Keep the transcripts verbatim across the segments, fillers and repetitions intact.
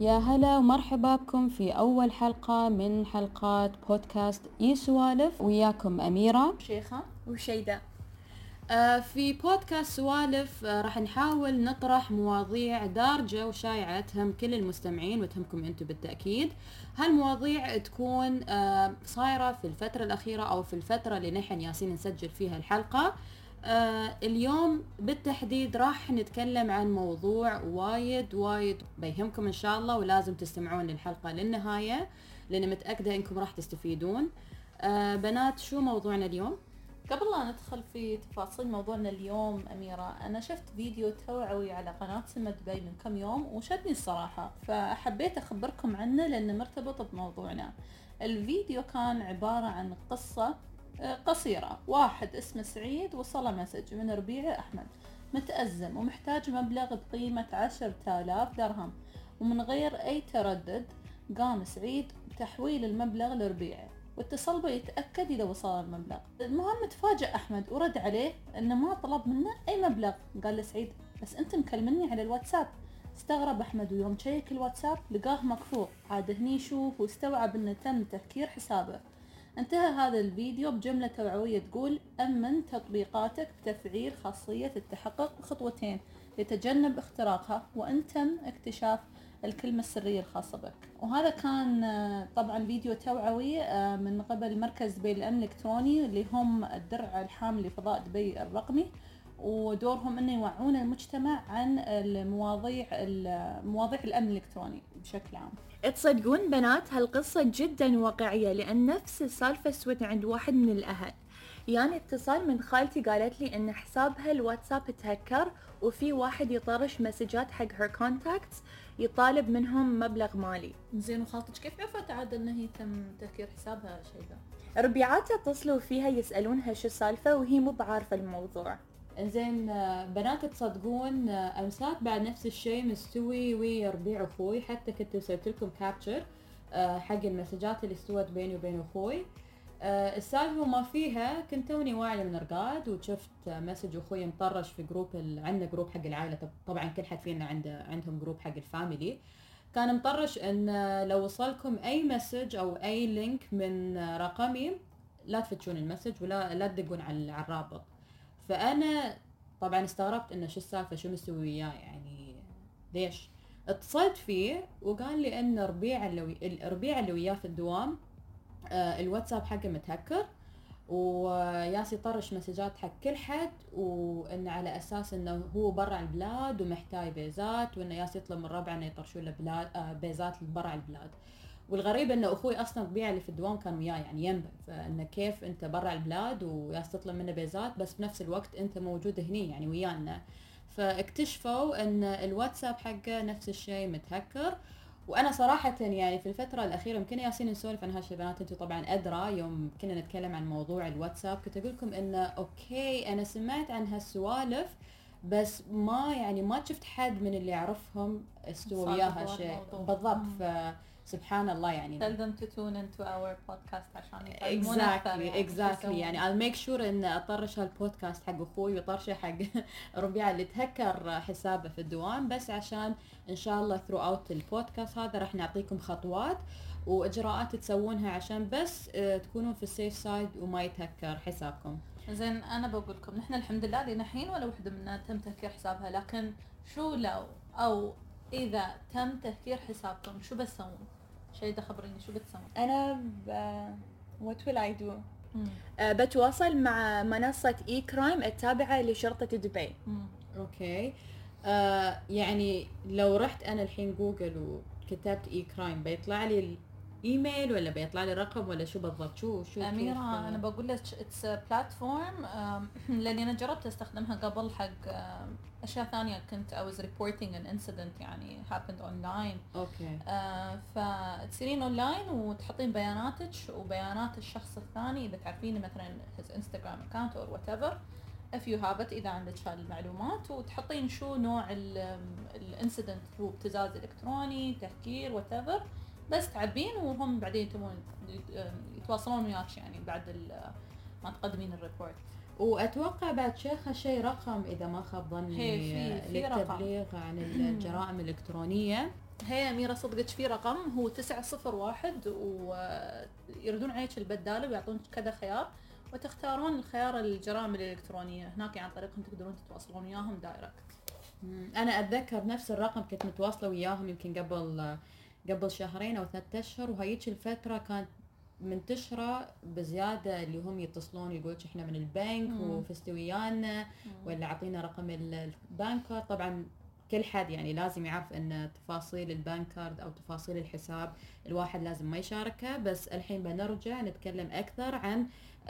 يا هلا ومرحبا بكم في أول حلقة من حلقات بودكاست إي سوالف. وياكم أميرة شيخة وشيدة. آه في بودكاست سوالف آه راح نحاول نطرح مواضيع دارجة وشائعة تهم كل المستمعين وتهمكم أنتم بالتأكيد. هالمواضيع تكون آه صايرة في الفترة الأخيرة أو في الفترة اللي نحن ياسين نسجل فيها الحلقة. آه اليوم بالتحديد راح نتكلم عن موضوع وايد وايد بيهمكم إن شاء الله، ولازم تستمعون للحلقة للنهاية لأني متأكدة إنكم راح تستفيدون. آه بنات، شو موضوعنا اليوم؟ قبل لا ندخل في تفاصيل موضوعنا اليوم أميرة، أنا شفت فيديو توعوي على قناة سما دبي من كم يوم وشدني الصراحة، فحبيت أخبركم عنه لأنه مرتبط بموضوعنا. الفيديو كان عبارة عن قصة قصيرة. واحد اسمه سعيد وصله مسج من ربيعه أحمد متأزم ومحتاج مبلغ بقيمة عشرة آلاف درهم، ومن غير أي تردد قام سعيد بتحويل المبلغ لربيعه واتصل به يتأكد إذا وصل المبلغ. المهم تفاجأ أحمد ورد عليه أنه ما طلب منه أي مبلغ. قال لسعيد بس أنت مكلمني على الواتساب. استغرب أحمد ويوم شيك الواتساب لقاه مكفور. عاد هني يشوف واستوعب أنه تم تهكير حسابه. انتهى هذا الفيديو بجملة توعوية تقول: أمن تطبيقاتك بتفعيل خاصية التحقق بخطوتين لتجنب اختراقها، وإن تم اكتشاف الكلمة السرية الخاصة بك. وهذا كان طبعا فيديو توعوي من قبل مركز دبي الأمن الإلكتروني اللي هم الدرع الحامل لفضاء دبي الرقمي، ودورهم انه يوعون المجتمع عن المواضيع مواضيع الامن الالكتروني بشكل عام. تصدقون بنات هالقصة جدا واقعية، لأن نفس السالفة سوت عند واحد من الأهل. يعني اتصال من خالتي قالت لي ان حسابها الواتساب تهكر، وفي واحد يطرش مسجات حق هير كونتاكتس يطالب منهم مبلغ مالي. زين، وخالتك كيف عرفت عاد انه هي تم تهكير حسابها شيء ذا؟ ربيعاتها اتصلوا فيها يسألونها شو السالفة وهي مو بعارفة الموضوع. زين بنات، تصدقون امساك بعد نفس الشيء مستوي ويا ربيع اخوي. حتى كنت سويت لكم كابتشر حق المسجات اللي استوت بيني وبين اخوي. السالفه ما فيها، كنت توني واعيه من الرقاد وشفت مسج اخوي مطرش في جروب ال... عندنا جروب حق العائله. طبعا كل حد فينا عنده عندهم جروب حق الفاميلي. كان مطرش ان لو وصلكم اي مسج او اي لينك من رقمي لا تفتشون المسج ولا لا تدقون على الرابط. فانا طبعا استغربت انه شو السالفه، شو مستوي وياه، يعني ليش. اتصلت فيه وقال لي ان ربيع اللي الربيع اللي وياه في الدوام آه الواتساب حقه متهكر، وياس يطرش مسجات حق كل حد، وانه على اساس انه هو برا البلاد ومحتاج بيزات، وانه ياس يطلب من ربعه انه يطرشوا له بلاد آه بيزات برا البلاد. والغريب انه اخوي اصلا ربيع اللي في الدوام كان وياه يعني ينبه، فانه كيف انت برا البلاد وياس تطلب منه بيزات بس بنفس الوقت انت موجود هني يعني ويانا. فاكتشفوا ان الواتساب حقه نفس الشيء متهكر. وانا صراحه يعني في الفتره الاخيره يمكن ياسين نسولف عن هالشيء بنات، انتم طبعا ادرى. يوم كنا نتكلم عن موضوع الواتساب كنت اقول لكم انه اوكي انا سمعت عن هالسوالف بس ما يعني ما شفت حد من اللي اعرفهم استوى وياها شيء بالضبط. ف سبحان الله يعني. Tell them to tune into our podcast عشان يتعلمون أكثر. exactly exactly يعني I'll make sure إن أطرش هالبودكاست حق أخوي وطرشه حق ربيع اللي تهكر حسابه في الدوام، بس عشان إن شاء الله throughout البودكاست هذا راح نعطيكم خطوات وإجراءات تسوونها عشان بس تكونون في السيف سايد وما يتهكر حسابكم. زين، أنا بقول لكم نحن الحمد لله لنا حين ولا وحدة منا تم تهكير حسابها، لكن شو لو أو إذا تم تهكير حسابكم شو بتسوون؟ شيء ده خبريني شو بتسوون. أنا ب... what will I do؟ أه بتواصل مع منصة إي كرايم التابعة لشرطة دبي. مم. أوكي. آه يعني لو رحت أنا الحين جوجل وكتبت إي كرايم بيطلع لي ايميل ولا بيطلع لي رقم ولا شو بالضبط؟ شو شو أميرة انا بقول لك اتس بلاتفورم لاني انا جربت استخدمها قبل حق اشياء ثانيه. كنت I was reporting an incident يعني happened online. اوكي. آه فتصيرين اونلاين وتحطين بياناتك وبيانات الشخص الثاني اذا تعرفين مثلا his Instagram account or whatever if you have it اذا عندك هالمعلومات، وتحطين شو نوع الانسيدنت، هو ابتزاز الكتروني، تهكير whatever، بس تعبين وهم بعدين يتمون يتواصلون وياك يعني بعد ما تقدمين الريبورت. واتوقع بعد شيخة شيء رقم اذا ما خاب ظني للتبليغ عن الجرائم الالكترونيه. هي أميرة صدقك في رقم هو تسعة صفر واحد ويردون عليك البدالة ويعطونك كذا خيار وتختارون الخيار الجرائم الإلكترونية. هناك عن طريقهم تقدرون تتواصلون وياهم دايركت. انا اتذكر نفس الرقم كنت متواصله وياهم يمكن قبل قبل شهرين او ثلاثة اشهر، وهيك الفتره كانت منتشره بزياده اللي هم يتصلون يقولوا احنا من البنك وفزتوا ويانا ولا اعطينا رقم البنك كارد. طبعا كل حد يعني لازم يعرف ان تفاصيل البنك كارد او تفاصيل الحساب الواحد لازم ما يشاركها. بس الحين بنرجع نتكلم اكثر عن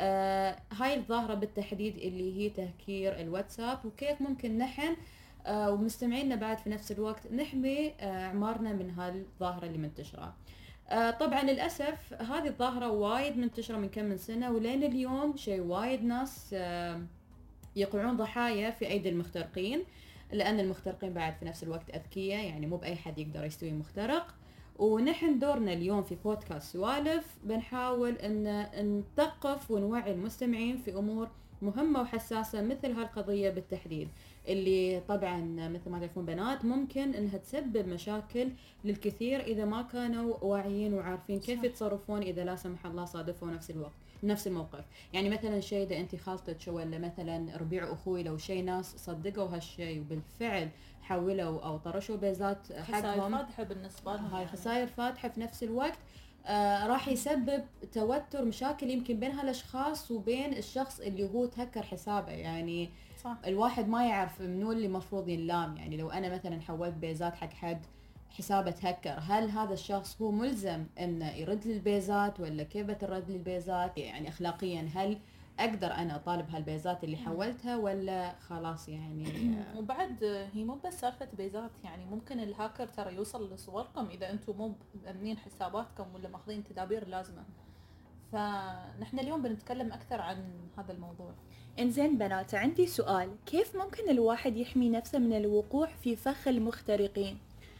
آه هاي الظاهره بالتحديد اللي هي تهكير الواتساب، وكيف ممكن نحن آه ومستمعينا بعد في نفس الوقت نحمي آه اعمارنا من هالظاهره اللي منتشره. آه طبعا للاسف هذه الظاهره وايد منتشره من كم من سنه، ولين اليوم شيء وايد ناس آه يقعون ضحايا في ايدي المخترقين، لان المخترقين بعد في نفس الوقت اذكياء، يعني مو باي حد يقدر يستوي مخترق. ونحن دورنا اليوم في بودكاست سوالف بنحاول ان نثقف ونوعي المستمعين في امور مهمة وحساسة مثل هالقضية بالتحديد، اللي طبعا مثل ما تعرفون بنات ممكن انها تسبب مشاكل للكثير اذا ما كانوا واعيين وعارفين كيف يتصرفون اذا لا سمح الله صادفوا نفس الوقت نفس الموقف. يعني مثلا شيء اذا انت خالتك ولا مثلا ربيع اخوي لو شيء ناس صدقوا هالشيء وبالفعل حولوا او طرشوا بيزات حقهم، خسائر فاتحة بالنسبة لهم. هاي خسائر فاتحة في نفس الوقت آه راح يسبب توتر مشاكل يمكن بين هالاشخاص وبين الشخص اللي هو تهكر حسابه. يعني صح. الواحد ما يعرف منو اللي مفروض ينلام. يعني لو انا مثلا حولت بيزات حق حد حسابه تهكر، هل هذا الشخص هو ملزم انه يرد لي البيزات ولا كيف بترد لي البيزات؟ يعني اخلاقيا هل اقدر انا اطالب هالبيزات اللي حولتها ولا خلاص يعني وبعد هي مو بس سالفه بيزات، يعني ممكن الهاكر ترى يوصل لصوركم اذا انتم مو مأمنين حساباتكم ولا ماخذين تدابير لازمه. فنحن اليوم بنتكلم اكثر عن هذا الموضوع. انزين بنات، عندي سؤال، كيف ممكن الواحد يحمي نفسه من الوقوع في فخ المخترقين؟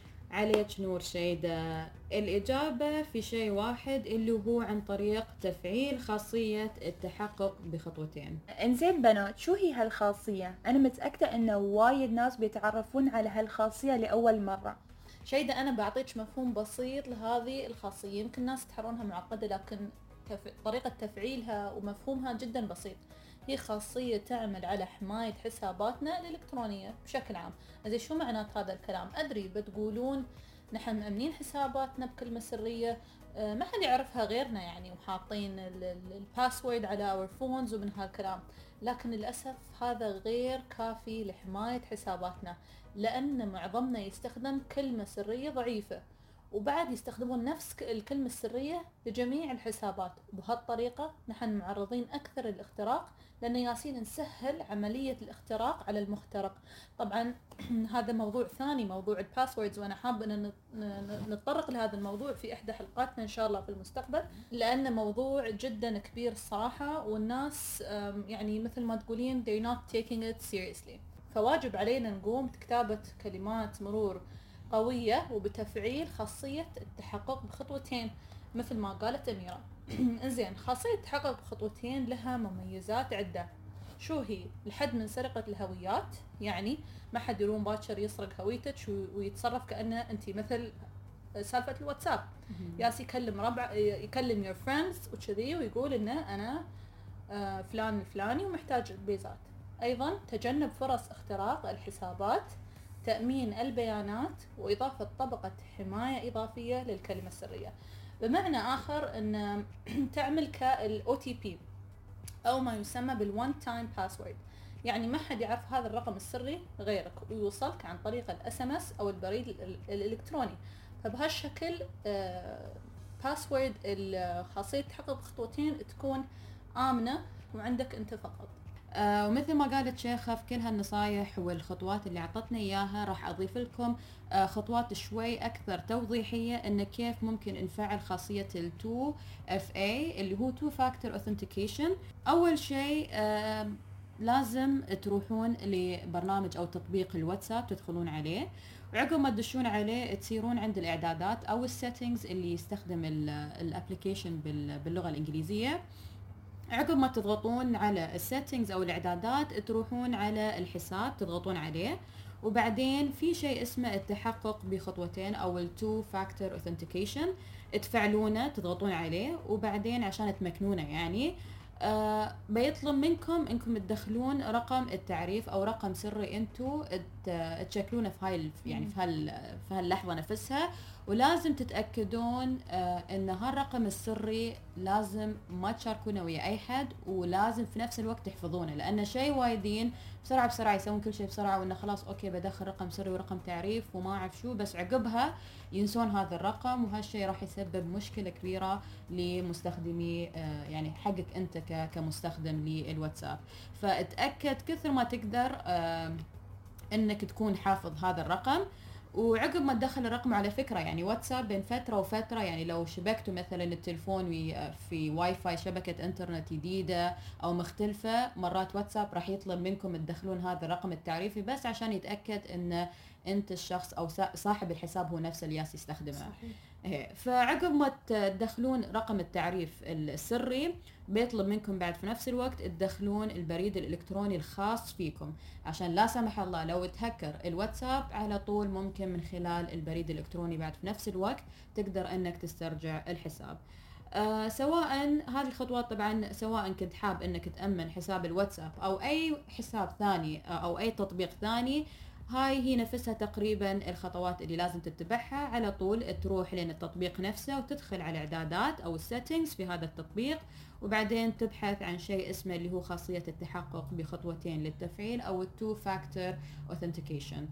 عليك نور شيدة. الإجابة في شيء واحد اللي هو عن طريق تفعيل خاصية التحقق بخطوتين. انزين بنات، شو هي هالخاصية؟ أنا متأكدة إنه وايد ناس بيتعرفون على هالخاصية لأول مرة. شيدة أنا بعطيك مفهوم بسيط لهذه الخاصية، يمكن الناس تحرونها معقدة لكن تف... طريقة تفعيلها ومفهومها جدا بسيط. هي خاصية تعمل على حماية حساباتنا الإلكترونية بشكل عام. زين شو معنات هذا الكلام؟ أدري بتقولون نحن مأمنين حساباتنا بكلمة سرية آه ما حد يعرفها غيرنا يعني، وحاطين الباسورد على اور فونز ومن هالكلام، لكن للأسف هذا غير كافي لحماية حساباتنا، لأن معظمنا يستخدم كلمة سرية ضعيفة وبعد يستخدمون نفس الكلمة السرية لجميع الحسابات. وبهالطريقة نحن معرضين أكثر للاختراق، لأن ياسين نسهل عملية الاختراق على المخترق. طبعا هذا موضوع ثاني، موضوع الباسوردز، وأنا حابة أن نتطرق لهذا الموضوع في إحدى حلقاتنا إن شاء الله في المستقبل، لأن موضوع جدا كبير الصراحة، والناس يعني مثل ما تقولين they're not taking it seriously. فواجب علينا نقوم بكتابة كلمات مرور قوية وبتفعيل خاصية التحقق بخطوتين مثل ما قالت أميرة. إنزين، خاصية التحقق بخطوتين لها مميزات عدة. شو هي؟ الحد من سرقة الهويات، يعني ما حد يروم باكر يسرق هويتك ويتصرف كأنه أنت مثل سالفة الواتساب، ياس يكلم ربع يكلم your friends وكذي ويقول إنه أنا فلان الفلاني ومحتاج بيزات. أيضا تجنب فرص اختراق الحسابات، تأمين البيانات، وإضافة طبقة حماية إضافية للكلمة السرية. بمعنى آخر أن تعمل كال أو تي بي أو ما يسمى بالون تايم باسورد، يعني ما حد يعرف هذا الرقم السري غيرك ويوصلك عن طريق الاس ام اس أو البريد الإلكتروني. فبهالشكل باسورد الخاصية تحقق بخطوتين تكون آمنة وعندك أنت فقط. آه ومثل ما قالت شيخة في كل هالنصايح والخطوات اللي عطتنا إياها راح أضيف لكم آه خطوات شوي أكثر توضيحية إن كيف ممكن نفعل خاصية ال تو إف إيه اللي هو Two Factor Authentication. أول شيء آه لازم تروحون لبرنامج أو تطبيق الواتساب تدخلون عليه، وعقب ما تدشون عليه تصيرون عند الإعدادات أو السيتنجز اللي يستخدم الابليكيشن باللغة الإنجليزية. عقب ما تضغطون على السيتنجز او الاعدادات تروحون على الحساب تضغطون عليه، وبعدين في شيء اسمه التحقق بخطوتين او ال two factor authentication، تفعلونه تضغطون عليه وبعدين عشان تمكنونه يعني آه بيطلب منكم انكم تدخلون رقم التعريف او رقم سري انتو ت- تشكلونه في هاي الف- يعني في هال في هاللحظه نفسها، ولازم تتاكدون آه ان هالرقم السري لازم ما تشاركونه ويا اي حد، ولازم في نفس الوقت تحفظونه، لان شيء وايدين بسرعه بسرعه يسوون كل شيء بسرعه، وانه خلاص اوكي بدخل رقم سري ورقم تعريف وما اعرف شو، بس عقبها ينسون هذا الرقم، وهالشيء راح يسبب مشكله كبيره لمستخدمي آه، يعني حقك انت ك- كمستخدم للواتساب. فاتاكد كثر ما تقدر آه، انك تكون حافظ هذا الرقم. وعقب ما تدخل الرقم، على فكره يعني واتساب بين فتره وفتره، يعني لو شبكتوا مثلا التلفون وي- في واي فاي شبكه انترنت جديده او مختلفه، مرات واتساب راح يطلب منكم تدخلون هذا الرقم التعريفي بس عشان يتاكد ان انت الشخص او سا- صاحب الحساب هو نفسه اللي ياس يستخدمه. صحيح. إيه، فعقب ما تدخلون رقم التعريف السري بيطلب منكم بعد في نفس الوقت تدخلون البريد الالكتروني الخاص فيكم، عشان لا سمح الله لو تهكر الواتساب على طول ممكن من خلال البريد الالكتروني بعد في نفس الوقت تقدر انك تسترجع الحساب. آه سواء هذه الخطوات طبعا سواء كنت حاب انك تأمن حساب الواتساب او اي حساب ثاني آه او اي تطبيق ثاني، هاي هي نفسها تقريبا الخطوات اللي لازم تتبعها. على طول تروح لين التطبيق نفسه وتدخل على اعدادات او السيتنجز في هذا التطبيق، وبعدين تبحث عن شيء اسمه اللي هو خاصية التحقق بخطوتين للتفعيل او التو فاكتور اوثنتيكيشن.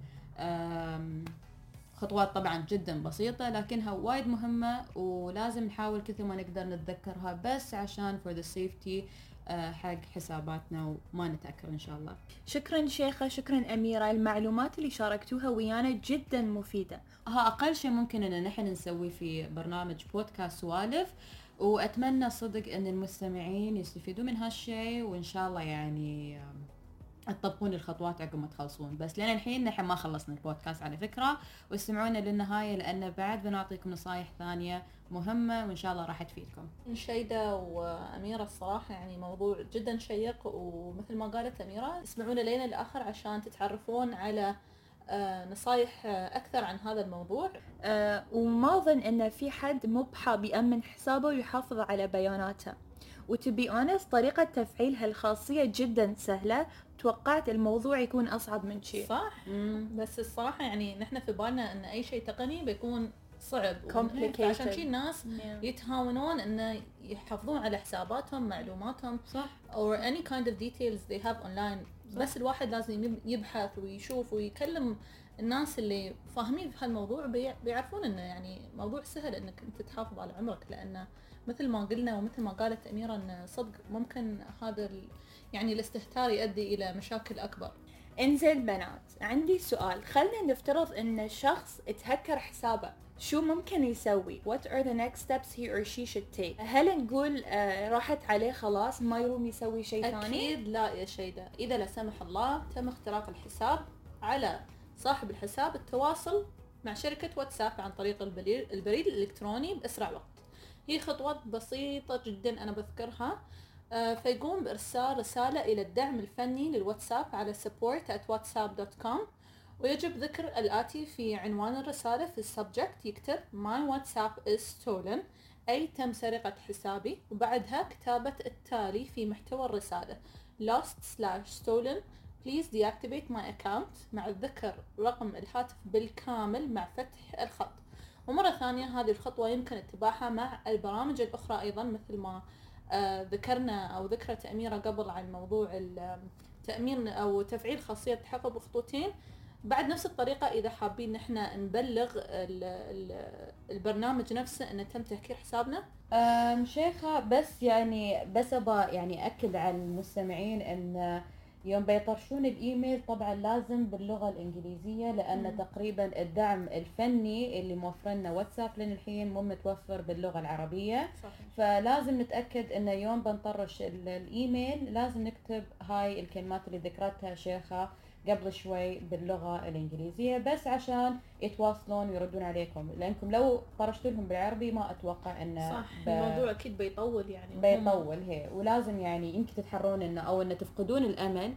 خطوات طبعا جدا بسيطة لكنها وايد مهمة، ولازم نحاول كثر ما نقدر نتذكرها بس عشان for the safety آه، حق حساباتنا وما نتأكر إن شاء الله. شكرا شيخة، شكرا أميرة، المعلومات اللي شاركتوها ويانا جدا مفيدة. ها أقل شيء ممكن إن نحن نسوي في برنامج بودكاست سوالف، وأتمنى صدق إن المستمعين يستفيدوا من هالشيء، وإن شاء الله يعني آم، تطبقون الخطوات عقب ما تخلصون. بس لين الحين نحن ما خلصنا البودكاست على فكرة، واستمعونا للنهاية لأن بعد بنعطيكم نصايح ثانية مهمة وإن شاء الله راح تفيدكم. شيدة وأميرة الصراحة يعني موضوع جدا شيق، ومثل ما قالت أميرة اسمعونا لين الآخر عشان تتعرفون على آه، نصايح آه، أكثر عن هذا الموضوع. أه وما أظن أن في حد مو بحاب يأمن حسابه ويحافظ على بياناته. وتبي honest طريقة تفعيل هالخاصية جدا سهلة، توقعت الموضوع يكون أصعب من شيء. صح. بس الصراحة يعني نحن في بالنا أن أي شيء تقني بيكون صعب complicated. عشان شي الناس Yeah. يتهاونون انه يحافظون على حساباتهم معلوماتهم صح. or any kind of details they have online. صح. بس الواحد لازم يب- يبحث ويشوف ويكلم الناس اللي فاهمين في هالموضوع، بي- بيعرفون انه يعني موضوع سهل انك انت تحافظ على عمرك، لانه مثل ما قلنا ومثل ما قالت أميرة ان صدق ممكن هذا ال- يعني الاستهتار يؤدي الى مشاكل اكبر. انزل بنات، عندي سؤال. خلنا نفترض ان شخص اتهكر حسابه، شو ممكن يسوي؟ What are the next steps he or she should take؟ هل نقول آه راحت عليه خلاص ما يروم يسوي شيء ثاني؟ أكيد لا يا شيدة. إذا لا سمح الله تم اختراق الحساب، على صاحب الحساب التواصل مع شركة واتساب عن طريق البريد, البريد الإلكتروني بأسرع وقت. هي خطوات بسيطة جدا أنا بذكرها. آه فيقوم بإرسال رسالة إلى الدعم الفني للواتساب على support at whatsapp dot com، ويجب ذكر الآتي في عنوان الرسالة. في السبجكت يكتب My WhatsApp is stolen، أي تم سرقة حسابي، وبعدها كتابة التالي في محتوى الرسالة lost slash stolen please deactivate my account، مع ذكر رقم الهاتف بالكامل مع فتح الخط. ومرة ثانية هذه الخطوة يمكن اتباعها مع البرامج الأخرى أيضا، مثل ما آه ذكرنا أو ذكرت أميرة قبل عن موضوع التأمين أو تفعيل خاصية تحقق بخطوتين. بعد نفس الطريقة إذا حابين نحنا نبلغ ال ال البرنامج نفسه أنه تم تهكير حسابنا. أم شيخة بس يعني بس أبغى يعني أكد على المستمعين أن يوم بيطرشون الإيميل طبعا لازم باللغة الإنجليزية، لأن مم. تقريبا الدعم الفني اللي موفرنا واتساب لين الحين مو متوفر باللغة العربية. صحيح. فلازم نتأكد أن يوم بنطرش ال- الإيميل لازم نكتب هاي الكلمات اللي ذكرتها شيخة قبل شوي باللغة الإنجليزية، بس عشان يتواصلون ويردون عليكم، لأنكم لو طرشتوا لهم بالعربي ما أتوقع إنه صح. ب... الموضوع أكيد بيطول يعني بيطول هي، ولازم يعني يمكن تتحرون إنه أو إنه تفقدون الأمل.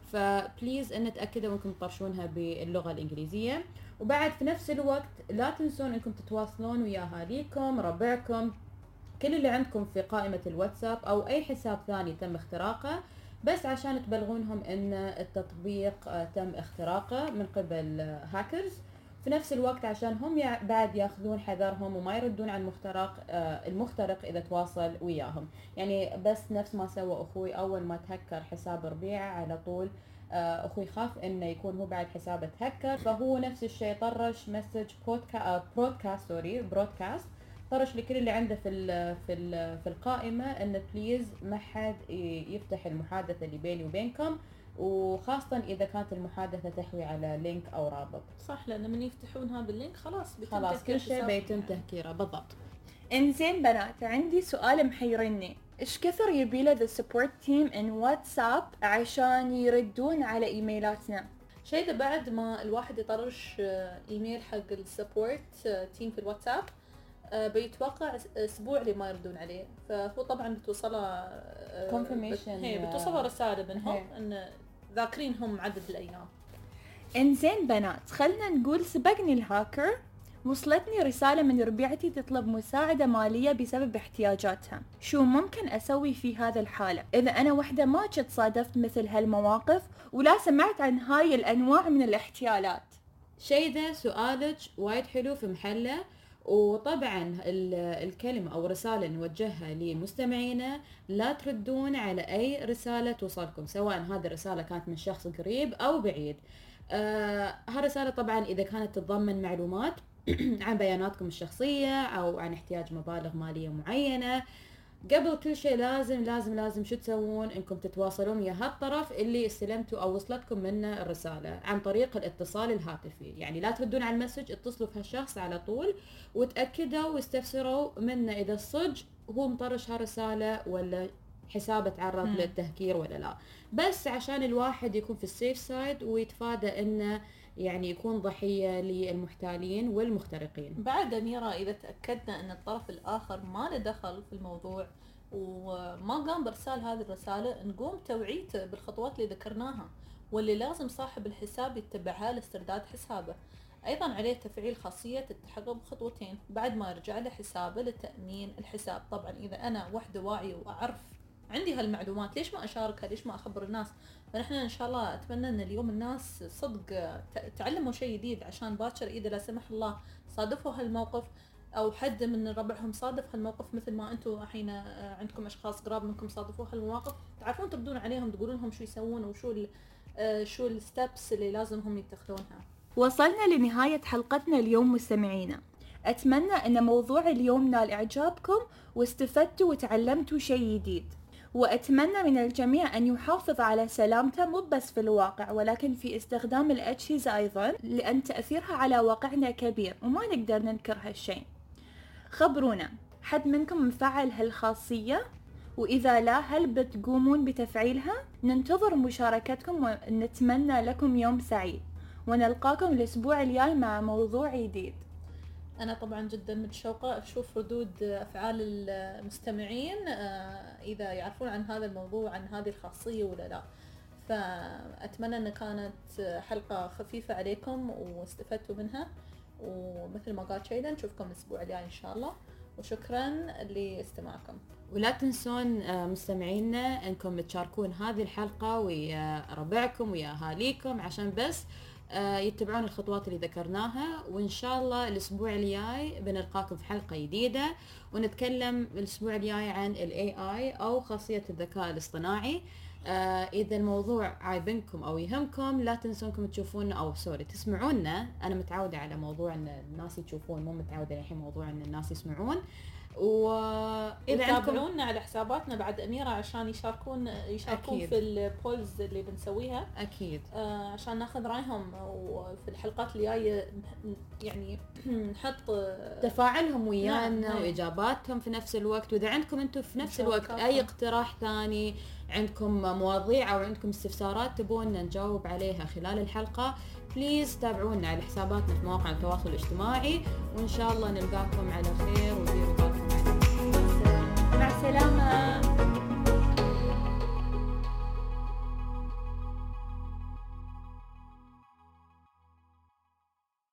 فبليز ان تاكدوا انكم تطرشونها باللغه الانجليزيه. وبعد في نفس الوقت لا تنسون انكم تتواصلون ويا اهاليكم، ربعكم، كل اللي عندكم في قائمه الواتساب او اي حساب ثاني تم اختراقه، بس عشان تبلغونهم ان التطبيق تم اختراقه من قبل هاكرز. في نفس الوقت عشان هم بعد ياخذون حذرهم وما يردون على المخترق المخترق اذا تواصل وياهم. يعني بس نفس ما سوى اخوي اول ما تهكر حساب ربيعه، على طول اخوي خاف انه يكون هو بعد حسابه تهكر، فهو نفس الشيء طرش مسج بودكاست برودكاست سوري برودكاست طرش لكل اللي عنده في ال في ال في القائمه ان بليز ما حد يفتح المحادثه اللي بيني وبينكم، وخاصة إذا كانت المحادثة تحوي على لينك أو رابط. صح، لأن من يفتحونها باللينك خلاص بيتم خلاص كل شيء بيتم يعني. تهكيره بالضبط. انزين بنات، عندي سؤال محيرني، ايش كثر يبيله ذا سبورت تيم ان واتساب عشان يردون على ايميلاتنا؟ شيء إذا بعد ما الواحد يطرش ايميل حق السبورت تيم في الواتساب بيتوقع اسبوع لما يردون عليه، فهو طبعا بتوصله confirmation، هي بتوصله رسالة منهم ان ذاكرينهم عدد الايام. انزين بنات، خلنا نقول سبقني الهاكر، وصلتني رسالة من ربيعتي تطلب مساعدة مالية بسبب احتياجاتها، شو ممكن اسوي في هذا الحالة اذا انا وحدة ما جت صادفت مثل هالمواقف ولا سمعت عن هاي الانواع من الاحتيالات؟ شيء ذا سؤالك وايد حلو في محله، وطبعا الكلمة او رسالة نوجهها لمستمعينا، لا تردون على اي رسالة توصلكم سواء هذه الرسالة كانت من شخص قريب او بعيد. آه هالرسالة طبعا اذا كانت تتضمن معلومات عن بياناتكم الشخصية او عن احتياج مبالغ مالية معينة، قبل كل شيء لازم لازم لازم شو تسوون؟ انكم تتواصلون ويا هالطرف اللي استلمتوا او وصلتكم منه الرسالة عن طريق الاتصال الهاتفي. يعني لا تردون على المسج، اتصلوا في هالشخص على طول وتأكدوا واستفسروا منه اذا الصج هو مطرش هالرسالة ولا حسابه تعرض للتهكير ولا لا، بس عشان الواحد يكون في السيف سايد ويتفادى انه يعني يكون ضحية للمحتالين والمخترقين. بعد أميرة إذا تأكدنا أن الطرف الآخر ما له دخل في الموضوع وما قام بإرسال هذه الرسالة، نقوم توعيته بالخطوات اللي ذكرناها واللي لازم صاحب الحساب يتبعها لاسترداد حسابه. أيضا عليه تفعيل خاصية التحقق بخطوتين بعد ما يرجع له حسابه لتأمين الحساب. طبعا إذا أنا وحدة واعية وأعرف عندي هالمعلومات ليش ما أشاركها، ليش ما أخبر الناس؟ فنحن إن شاء الله أتمنى أن اليوم الناس صدق تعلموا شيء جديد، عشان باكر إذا لا سمح الله صادفوا هالموقف أو حد من ربعهم صادف هالموقف مثل ما أنتم الحين عندكم أشخاص قراب منكم صادفوا هالمواقف، تعرفون تردون عليهم تقولون لهم شو يسوون وشو ال شو الستبس اللي لازم هم يتخذونها. وصلنا لنهاية حلقتنا اليوم مستمعينا، أتمنى أن موضوع اليوم نال إعجابكم واستفدتوا وتعلمتوا شيء جديد، وأتمنى من الجميع أن يحافظ على سلامته مو بس في الواقع ولكن في استخدام الأجهزة أيضا، لأن تأثيرها على واقعنا كبير وما نقدر ننكر هالشيء. خبرونا حد منكم مفعل هالخاصية؟ وإذا لا هل بتقومون بتفعيلها؟ ننتظر مشاركتكم ونتمنى لكم يوم سعيد، ونلقاكم الأسبوع الجاي مع موضوع جديد. أنا طبعا جدا متشوقة أشوف ردود أفعال المستمعين إذا يعرفون عن هذا الموضوع عن هذه الخاصية ولا لا. فأتمنى أن كانت حلقة خفيفة عليكم واستفدتوا منها، ومثل ما قال شيدا نشوفكم الأسبوع الجاي إن شاء الله، وشكرا لاستماعكم. ولا تنسون مستمعينا أنكم تشاركون هذه الحلقة ويا ربعكم ويا أهاليكم عشان بس يتبعون الخطوات اللي ذكرناها. وإن شاء الله الأسبوع الجاي بنلقاكم في حلقة جديدة ونتكلم الأسبوع الجاي عن ال إيه آي أو خاصية الذكاء الاصطناعي. آه إذا الموضوع عايبنكم أو يهمكم لا تنسونكم تشوفونا أو سوري تسمعونا. أنا متعودة على موضوع أن الناس يشوفون، مو متعودة الحين موضوع أن الناس يسمعون. وإذا عندكم على حساباتنا بعد أميرة عشان يشاركون يشاركون أكيد في البولز اللي بنسويها أكيد آه عشان ناخذ رأيهم، وفي الحلقات اللي جاية يعني نحط تفاعلهم ويانا وإجاباتهم في نفس الوقت. وإذا عندكم أنتم في نفس الوقت أي اقتراح ثاني، عندكم مواضيع أو عندكم استفسارات تبون نجاوب عليها خلال الحلقة، بليز تابعونا على حساباتنا في مواقع التواصل الاجتماعي، وإن شاء الله نلقاكم على خير.